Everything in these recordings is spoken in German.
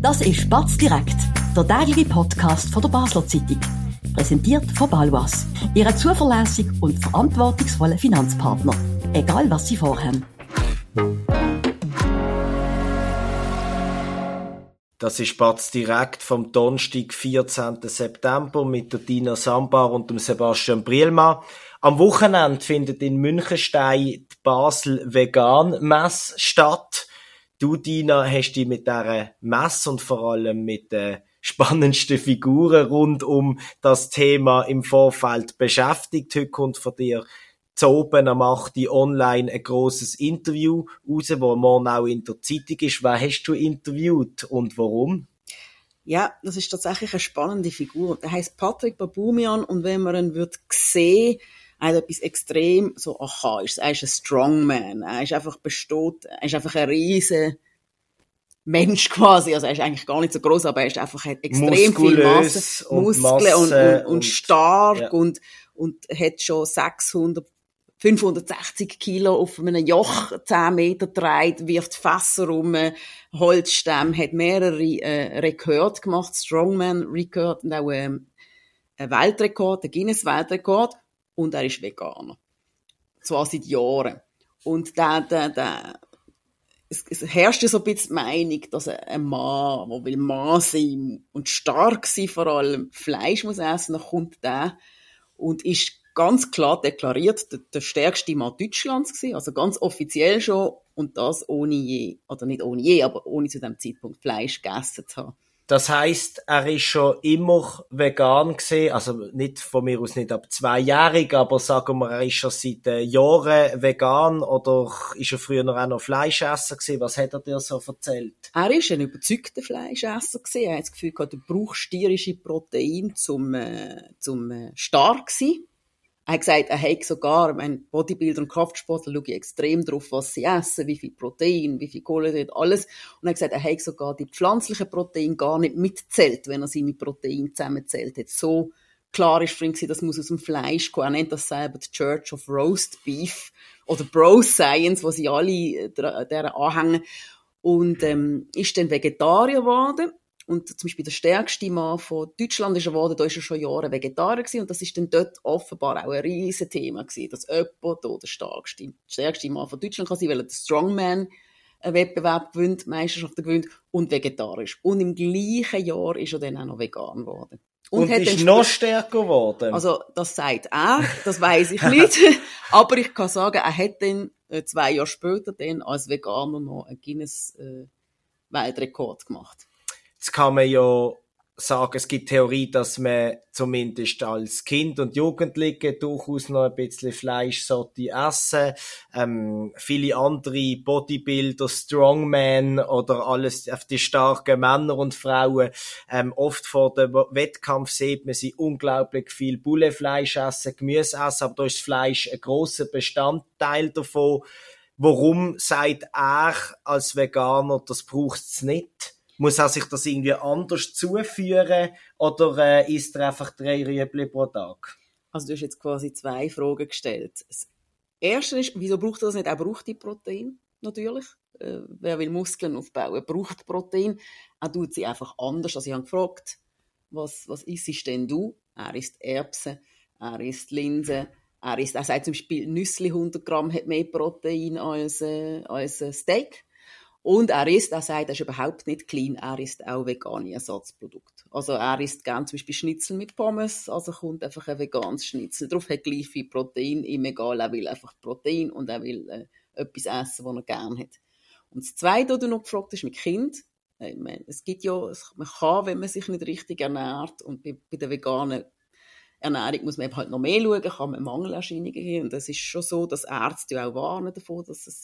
Das ist Batz direkt, der tägliche Podcast von der Basler Zeitung. Präsentiert von Balwas, Ihrem zuverlässigen und verantwortungsvollen Finanzpartner. Egal, was Sie vorhaben. Das ist Batz direkt vom Donnerstag, 14. September mit der Dina Sambar und dem Sebastian Brielmann. Am Wochenende findet in Münchenstein die Basel Vegan Messe statt. Du, Dina, hast dich mit dieser Messe und vor allem mit den spannendsten Figuren rund um das Thema im Vorfeld beschäftigt. Heute kommt von dir zu oben am 8. online ein grosses Interview raus, das morgen auch in der Zeitung ist. Wen hast du interviewt und warum? Ja, das ist tatsächlich eine spannende Figur. Der heisst Patrick Baboumian und wenn man ihn sehen, er hat etwas extrem so archaisches. Er ist ein Strongman. Er ist einfach ein riesen Mensch quasi. Also er ist eigentlich gar nicht so groß, aber er ist einfach, hat extrem viel Masse, Muskeln und stark ja. und hat schon 560 Kilo auf einem Joch 10 Meter dreht, wirft Fässer rum, Holzstämme, hat mehrere Rekorde gemacht, Strongman-Rekord und auch einen Weltrekord, einen Guinness-Weltrekord. Und er ist Veganer. Zwar seit Jahren. Und es herrscht ja so ein bisschen die Meinung, dass ein Mann, der will Mann sein und stark sein, vor allem Fleisch muss essen, dann kommt der und ist ganz klar deklariert der stärkste Mann Deutschlands gewesen, also ganz offiziell schon und das ohne aber ohne zu dem Zeitpunkt Fleisch gegessen zu haben. Das heisst, er ist schon immer vegan gewesen, also nicht von mir aus nicht ab 2-jährig, aber sagen wir, er ist schon seit Jahren vegan oder ist er früher auch noch Fleischesser gewesen? Was hat er dir so erzählt? Er ist ein überzeugter Fleischesser gewesen. Er hat das Gefühl gehabt, er braucht tierische Proteine zum stark sein. Er hat gesagt, er hat sogar, Bodybuilder und Kraftsportler schauen extrem drauf, was sie essen, wie viel Protein, wie viel Kohlenhydrate, alles. Und er hat gesagt, er hat sogar die pflanzlichen Proteine gar nicht mitzählt, wenn er seine Proteine zusammenzählt hat. So klar ist für ihn, das muss aus dem Fleisch kommen. Er nennt das selber die Church of Roast Beef oder Bro Science, wo sie alle der anhängen. Und ist dann Vegetarier geworden. Und zum Beispiel der stärkste Mann von Deutschland ist er geworden, da ist er schon Jahre Vegetarier gewesen. Und das ist dann dort offenbar auch ein riesen Thema gewesen, dass jemand der stärkste Mann von Deutschland kann sein, weil er den Strongman-Wettbewerb gewinnt, Meisterschaften gewinnt und vegetarisch. Und im gleichen Jahr ist er dann auch noch vegan geworden. Und hat ist noch stärker geworden? Also, das sagt er, das weiss ich nicht. Aber ich kann sagen, er hat dann 2 Jahre später dann als Veganer noch einen Guinness-Weltrekord gemacht. Jetzt kann man ja sagen, es gibt Theorie, dass man zumindest als Kind und Jugendliche durchaus noch ein bisschen Fleisch sollte essen. Viele andere Bodybuilder, Strongman oder alles, die starken Männer und Frauen, oft vor dem Wettkampf sieht man sie unglaublich viel Bullefleisch essen, Gemüse essen, aber da ist Fleisch ein grosser Bestandteil davon. Warum sagt er als Veganer, das braucht es nicht? Muss er sich das irgendwie anders zuführen oder isst er einfach 3 Rüebli pro Tag? Also du hast jetzt quasi 2 Fragen gestellt. Das erste ist, wieso braucht er das nicht? Er braucht die Protein, natürlich. Wer will Muskeln aufbauen, braucht Protein. Er tut sie einfach anders. Also ich habe gefragt, was isst denn du? Er isst Erbsen, er isst Linsen, er sagt zum Beispiel, Nüssli 100 Gramm hat mehr Protein als Steak. Und er sagt, er ist überhaupt nicht clean, er isst auch vegane Ersatzprodukte. Also er isst gerne zum Beispiel Schnitzel mit Pommes, also kommt einfach ein veganes Schnitzel drauf, hat gleich viel Protein, ihm egal, er will einfach Protein und er will etwas essen, was er gerne hat. Und das Zweite, was du noch gefragt hast, mit Kind, es gibt ja, man kann, wenn man sich nicht richtig ernährt, und bei der veganen Ernährung muss man eben halt noch mehr schauen, kann man Mangelerscheinungen geben. Und es ist schon so, dass Ärzte ja auch warnen davon, dass es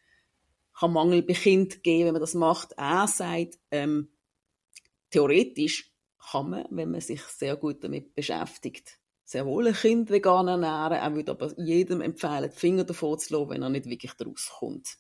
kann Mangel bei Kindern geben, wenn man das macht. Er sagt, theoretisch kann man, wenn man sich sehr gut damit beschäftigt, sehr wohl ein Kind vegan ernähren. Er würde aber jedem empfehlen, die Finger davon zu lassen, wenn er nicht wirklich daraus kommt.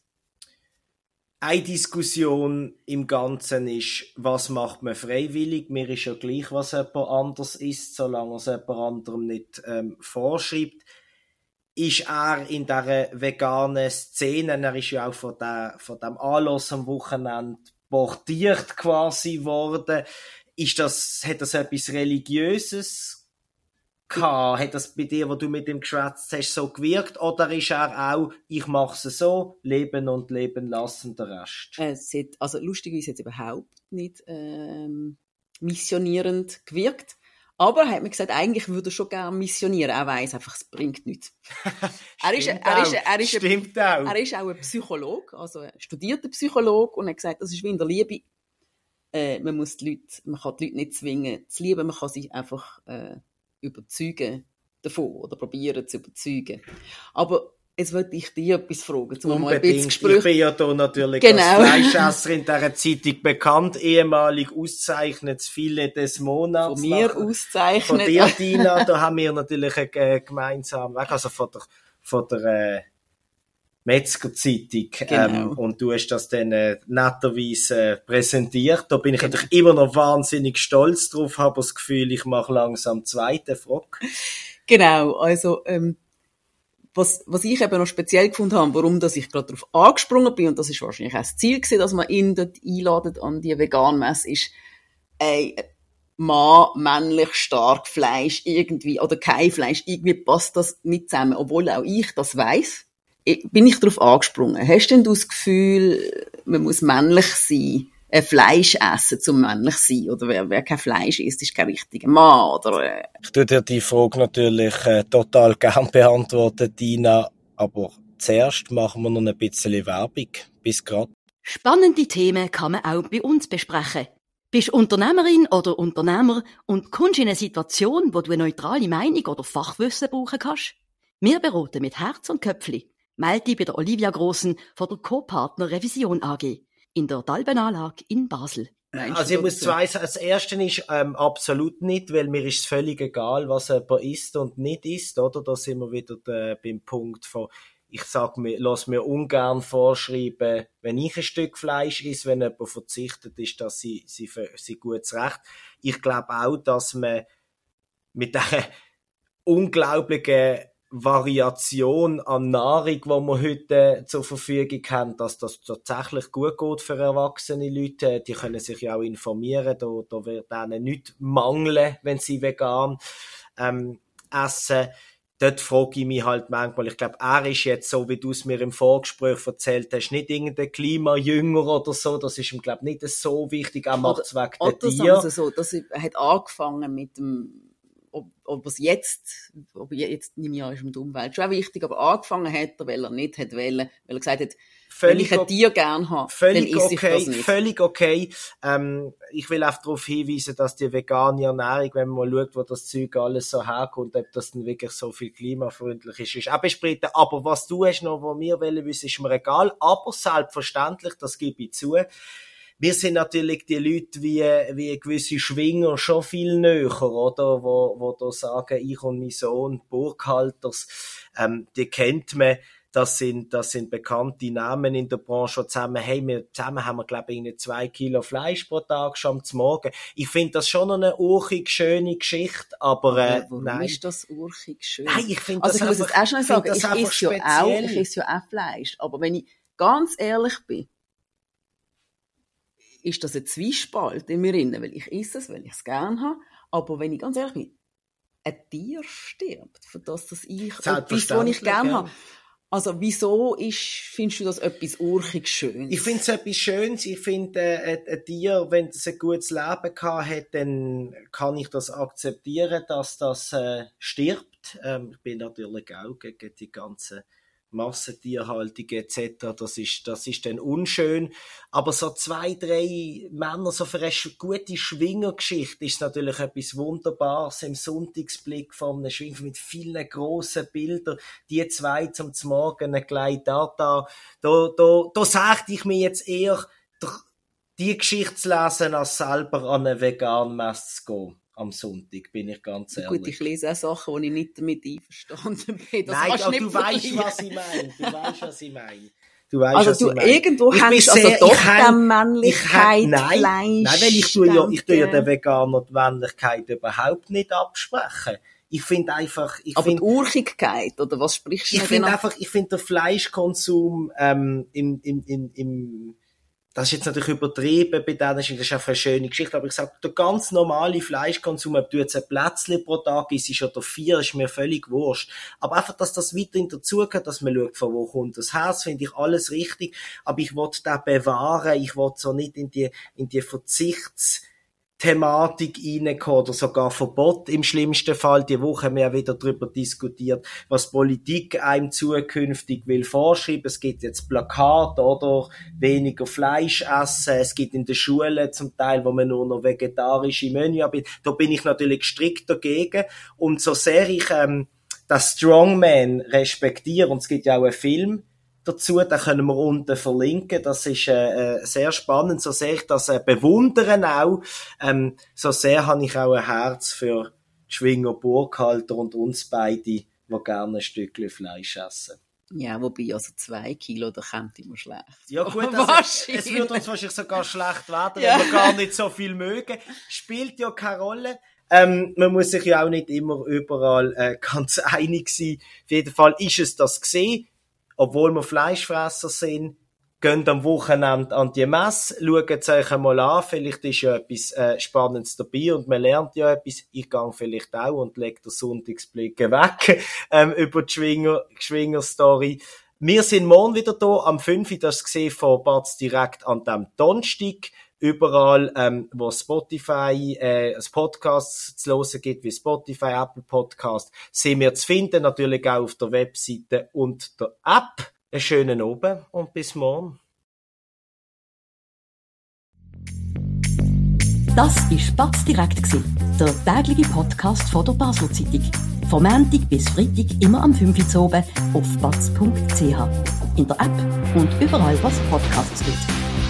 Eine Diskussion im Ganzen ist, was macht man freiwillig? Mir ist ja gleich, was jemand anders isst, solange es jemand anderem nicht vorschreibt. Ist er in dieser veganen Szene, er ist ja auch von dem Anlass am Wochenende portiert quasi worden. Hat das etwas Religiöses gehabt? Hat das bei dir, wo du mit dem geschwätzt hast, so gewirkt? Oder ist er auch, ich mache es so, leben und leben lassen, der Rest? Also lustigerweise hat es überhaupt nicht missionierend gewirkt. Aber er hat mir gesagt, eigentlich würde er schon gerne missionieren. Er weiss einfach, es bringt nichts. Er ist auch ein Psychologe, also ein studierter Psychologe, und er hat gesagt, das ist wie in der Liebe. Man kann die Leute nicht zwingen zu lieben, man kann sie einfach überzeugen davon oder probieren zu überzeugen. Aber jetzt wollte ich dir etwas fragen. Unbedingt. Ich bin ja da natürlich als Fleischesser in dieser Zeitung bekannt, ehemalig ausgezeichnetes Filet des Monats. Von mir ausgezeichnet. Von dir, Dina, da haben wir natürlich einen gemeinsamen Weg, also von der Metzger-Zeitung. Genau. Und du hast das dann netterweise präsentiert. Da bin ich natürlich immer noch wahnsinnig stolz drauf, habe das Gefühl, ich mache langsam zweiten Frog. Genau, also was ich eben noch speziell gefunden habe, warum dass ich gerade darauf angesprungen bin, und das ist wahrscheinlich auch das Ziel gewesen, dass man ihn dort einladet an die Vegan-Messe, ist Mann, männlich, stark, Fleisch irgendwie, oder kein Fleisch, irgendwie passt das nicht zusammen, obwohl auch ich das weiss. Bin ich darauf angesprungen. Hast denn du das Gefühl, man muss männlich sein, Fleisch essen, zum männlich sein? Oder wer kein Fleisch isst, ist kein richtiger Mann? Oder, Ich tue dir die Frage natürlich total gern beantworten, Dina. Aber zuerst machen wir noch ein bisschen Werbung. Bis grad. Spannende Themen kann man auch bei uns besprechen. Bist Unternehmerin oder Unternehmer und kommst in eine Situation, wo du eine neutrale Meinung oder Fachwissen brauchen kannst? Wir beraten mit Herz und Köpfli. Melde dich bei der Olivia Grossen von der Co-Partner Revision AG in der Dalbenanlage in Basel. Also ich muss sagen, das Erste ist absolut nicht, weil mir ist es völlig egal, was jemand isst und nicht isst, oder? Da sind wir wieder beim Punkt von, ich lasse mir ungern vorschreiben, wenn ich ein Stück Fleisch esse, wenn jemand verzichtet ist, dass sie gut zurecht. Ich glaube auch, dass man mit dieser unglaublichen Variation an Nahrung, die wir heute zur Verfügung haben, dass das tatsächlich gut geht für erwachsene Leute. Die können sich ja auch informieren, da wird denen nichts mangeln, wenn sie vegan essen. Dort frage ich mich halt manchmal, ich glaube, er ist jetzt so, wie du es mir im Vorgespräch erzählt hast, nicht irgendein Klimajünger oder so, das ist ihm, glaube ich, nicht so wichtig, er macht es wegen der Tiere. Also so, das hat angefangen mit dem, ob jetzt nicht mehr ist um die Umwelt schon wichtig, aber angefangen hat er, weil er nicht hat wollen, weil er gesagt hat, wenn ich ein Tier gern habe, dann esse ich das nicht. Völlig okay. Ich will auch darauf hinweisen, dass die vegane Ernährung, wenn man mal schaut, wo das Zeug alles so herkommt, ob das dann wirklich so viel klimafreundlich ist auch bestritten. Aber was du hast noch, was wir wollen wissen, ist mir egal. Aber selbstverständlich, das gebe ich zu, wir sind natürlich die Leute wie gewisse Schwinger schon viel näher, oder? Wo da sagen, ich und mein Sohn, Burghalters, die kennt man. Das sind bekannte Namen in der Branche, zusammen haben wir, glaube ich, 2 Kilo Fleisch pro Tag schon am Morgen. Ich finde das schon eine urchig schöne Geschichte, aber warum nein. ist das urchig schön? Nein, ich finde also das ich muss jetzt auch schnell sagen, ich speziell. esse ja auch Fleisch, aber wenn ich ganz ehrlich bin, ist das ein Zwiespalt in mir drin, weil ich esse es, weil ich es gerne habe, aber wenn ich ganz ehrlich bin, ein Tier stirbt, für das ich etwas, was ich gerne habe. Also wieso findest du das etwas urchig Schönes? Ich finde es etwas Schönes. Ich finde, ein Tier, wenn es ein gutes Leben gehabt hat, dann kann ich das akzeptieren, dass das stirbt. Ich bin natürlich auch gegen die ganze Massentierhaltung etc. Das ist dann unschön. Aber so 2, 3 Männer, so für eine gute Schwingergeschichte ist natürlich etwas Wunderbares im Sonntagsblick von einem Schwinger mit vielen grossen Bildern. Die 2 zum Morgen gleich da sagte ich mir jetzt eher, die Geschichte zu lesen, als selber an eine Vegan-Messe zu gehen. Am Sonntag, bin ich ganz ehrlich. Gut, ich lese auch Sachen, wo ich nicht damit einverstanden bin. Das nein, aber du weißt, was ich meine. Also irgendwo hast du also doch die Männlichkeit, Fleisch. Nein, weil ich tue ja den Veganer die Männlichkeit überhaupt nicht absprechen. Ich finde einfach... die Urchigkeit, oder was sprichst du Ich finde der Fleischkonsum im das ist jetzt natürlich übertrieben, bei denen ist das einfach eine schöne Geschichte, aber ich sage, der ganz normale Fleischkonsum, ob du jetzt ein Plätzchen pro Tag isst oder 4, ist mir völlig wurscht. Aber einfach, dass das weiterhin dazugehört, dass man schaut, von wo kommt das Herz, finde ich alles richtig, aber ich will das bewahren, ich will so nicht in die Verzichtsthematik reinkommen oder sogar Verbot im schlimmsten Fall. Die Woche haben wir ja wieder darüber diskutiert, was Politik einem zukünftig will vorschreiben. Es gibt jetzt Plakate oder weniger Fleisch essen. Es gibt in den Schulen zum Teil, wo man nur noch vegetarische Menü anbietet. Da bin ich natürlich strikt dagegen. Und so sehr ich das Strongman respektiere, und es gibt ja auch einen Film dazu, den können wir unten verlinken. Das ist sehr spannend, so sehr ich das bewundern auch. So sehr habe ich auch ein Herz für die Schwinger Burkhalter und uns beide, die gerne ein Stückchen Fleisch essen. Ja, wobei, also 2 Kilo, da kommt immer schlecht. Ja gut, also, es würde uns wahrscheinlich sogar schlecht werden, wenn wir gar nicht so viel mögen. Spielt ja keine Rolle. Man muss sich ja auch nicht immer überall ganz einig sein. Auf jeden Fall ist es das gesehen. Obwohl wir Fleischfresser sind, geht am Wochenende an die Messe, schaut es euch einmal an, vielleicht ist ja etwas Spannendes dabei und man lernt ja etwas. Ich gehe vielleicht auch und lege den Sonntagsblick weg über die Schwinger-Story. Wir sind morgen wieder da, am 5. das gesehen von Batz direkt an dem Donnerstag. Überall, wo Spotify, das Podcast zu hören gibt, wie Spotify, Apple Podcast, sind wir zu finden, natürlich auch auf der Webseite und der App. Einen schönen Abend und bis morgen. Das war Batz direkt, der tägliche Podcast von der Basler Zeitung. Vom Montag bis Freitag immer am 5 Uhr oben auf batz.ch. In der App und überall, was Podcasts gibt.